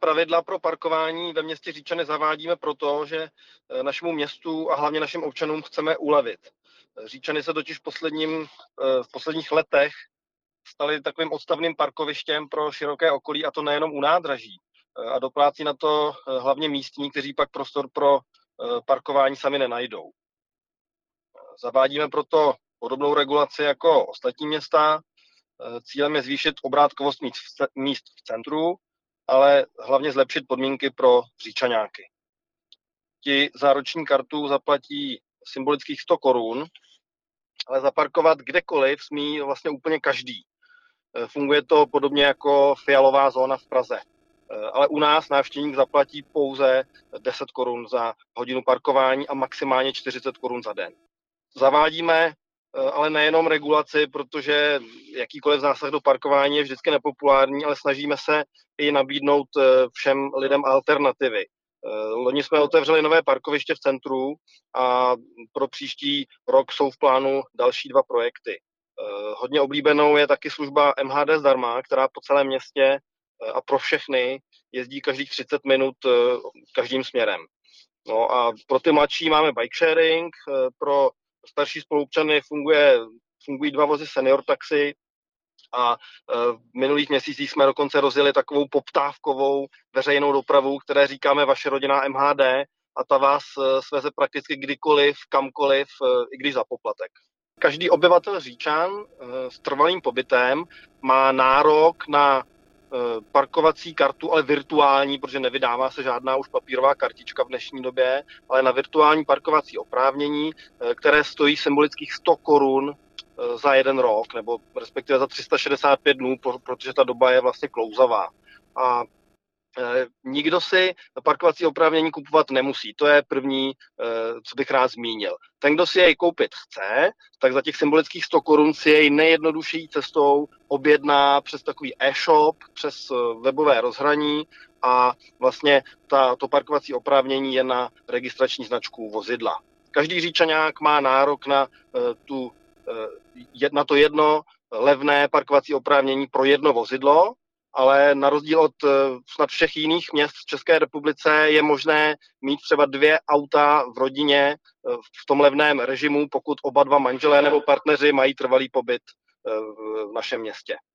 pravidla pro parkování ve městě Říčany zavádíme proto, že našemu městu a hlavně našim občanům chceme ulevit. Říčany se totiž v posledních letech staly takovým odstavným parkovištěm pro široké okolí, a to nejenom u nádraží. A doplácí na to hlavně místní, kteří pak prostor pro parkování sami nenajdou. Zavádíme proto podobnou regulaci jako ostatní města. Cílem je zvýšit obrátkovost míst v centru, ale hlavně zlepšit podmínky pro Říčaňáky. Ti za roční kartu zaplatí symbolických 100 korun, ale zaparkovat kdekoliv smí vlastně úplně každý. Funguje to podobně jako fialová zóna v Praze. Ale u nás návštěvník zaplatí pouze 10 korun za hodinu parkování a maximálně 40 korun za den. Zavádíme ale nejenom regulaci, protože jakýkoliv zásah do parkování je vždycky nepopulární, ale snažíme se i nabídnout všem lidem alternativy. Loni jsme otevřeli nové parkoviště v centru a pro příští rok jsou v plánu další 2 projekty. Hodně oblíbenou je taky služba MHD zdarma, která po celém městě a pro všechny jezdí každých 30 minut každým směrem. No a pro ty mladší máme bike sharing, pro starší spoluobčany fungují 2 vozy senior taxi a v minulých měsících jsme dokonce rozjeli takovou poptávkovou veřejnou dopravu, které říkáme Vaše rodinná MHD, a ta vás sveze prakticky kdykoliv, kamkoliv, i když za poplatek. Každý obyvatel Říčan s trvalým pobytem má nárok na parkovací kartu, ale virtuální, protože nevydává se žádná už papírová kartička v dnešní době, ale na virtuální parkovací oprávnění, které stojí symbolických 100 korun za 1 rok, nebo respektive za 365 dnů, protože ta doba je vlastně klouzavá. A nikdo si parkovací oprávnění kupovat nemusí. To je první, co bych rád zmínil. Ten, kdo si jej koupit chce, tak za těch symbolických 100 korun si jej nejjednodušší cestou objedná přes takový e-shop, přes webové rozhraní, a vlastně to parkovací oprávnění je na registrační značku vozidla. Každý Říčaňák má nárok na to jedno levné parkovací oprávnění pro jedno vozidlo, ale na rozdíl od snad všech jiných měst v České republice je možné mít třeba 2 auta v rodině v tom levném režimu, pokud oba 2 manželé nebo partneři mají trvalý pobyt v našem městě.